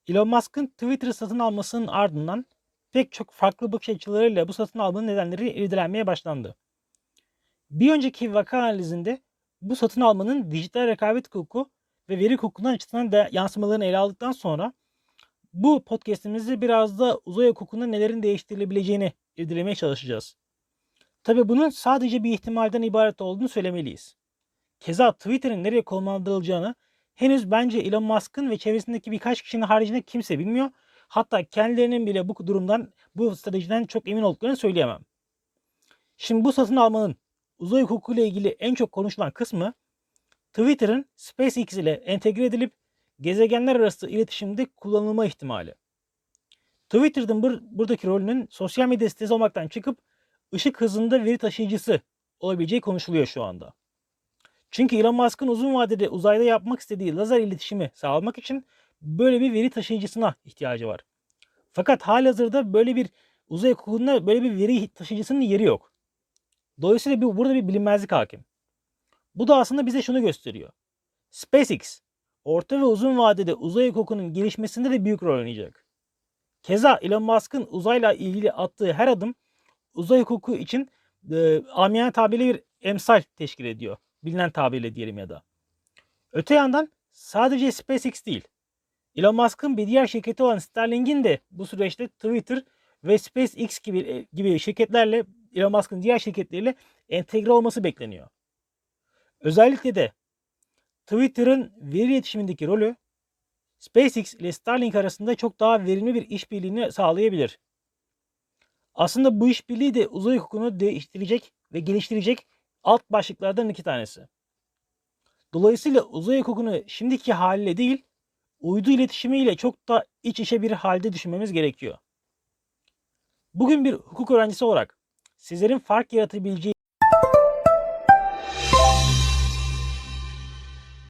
Elon Musk'ın Twitter'ı satın almasının ardından pek çok farklı bakış açılarıyla bu satın almanın nedenleri irdelenmeye başlandı. Bir önceki vaka analizinde bu satın almanın dijital rekabet hukuku ve veri hukukundan açısından da yansımalarını ele aldıktan sonra bu podcast'imizde biraz da uzay hukukunda nelerin değiştirilebileceğini irdelemeye çalışacağız. Tabii bunun sadece bir ihtimalden ibaret olduğunu söylemeliyiz. Keza Twitter'ın nereye konumlandırılacağını henüz bence Elon Musk'ın ve çevresindeki birkaç kişinin haricinde kimse bilmiyor. Hatta kendilerinin bile bu durumdan, bu stratejiden çok emin olduklarını söyleyemem. Şimdi bu satın almanın uzay hukuku ile ilgili en çok konuşulan kısmı Twitter'ın SpaceX ile entegre edilip gezegenler arası iletişimde kullanılma ihtimali. Twitter'ın buradaki rolünün sosyal medya sitesi olmaktan çıkıp ışık hızında veri taşıyıcısı olabileceği konuşuluyor şu anda. Çünkü Elon Musk'ın uzun vadede uzayda yapmak istediği lazer iletişimi sağlamak için böyle bir veri taşıyıcısına ihtiyacı var. Fakat halihazırda böyle bir uzay hukukunda böyle bir veri taşıyıcısının yeri yok. Dolayısıyla burada bir bilinmezlik hakim. Bu da aslında bize şunu gösteriyor. SpaceX, orta ve uzun vadede uzay hukukunun gelişmesinde de büyük rol oynayacak. Keza Elon Musk'ın uzayla ilgili attığı her adım uzay hukuku için amiyane tabiriyle bir emsal teşkil ediyor. Bilinen tabirle diyelim ya da. Öte yandan sadece SpaceX değil. Elon Musk'ın bir diğer şirketi olan Starlink'in de bu süreçte Twitter ve SpaceX gibi şirketlerle Elon Musk'ın diğer şirketleriyle entegre olması bekleniyor. Özellikle de Twitter'ın veri iletişimindeki rolü SpaceX ile Starlink arasında çok daha verimli bir işbirliğini sağlayabilir. Aslında bu işbirliği de uzay hukukunu değiştirecek ve geliştirecek alt başlıklardan iki tanesi. Dolayısıyla uzay hukukunu şimdiki haliyle değil, uydu iletişimiyle çok da iç içe bir halde düşünmemiz gerekiyor. Bugün bir hukuk öğrencisi olarak sizlerin fark yaratabileceği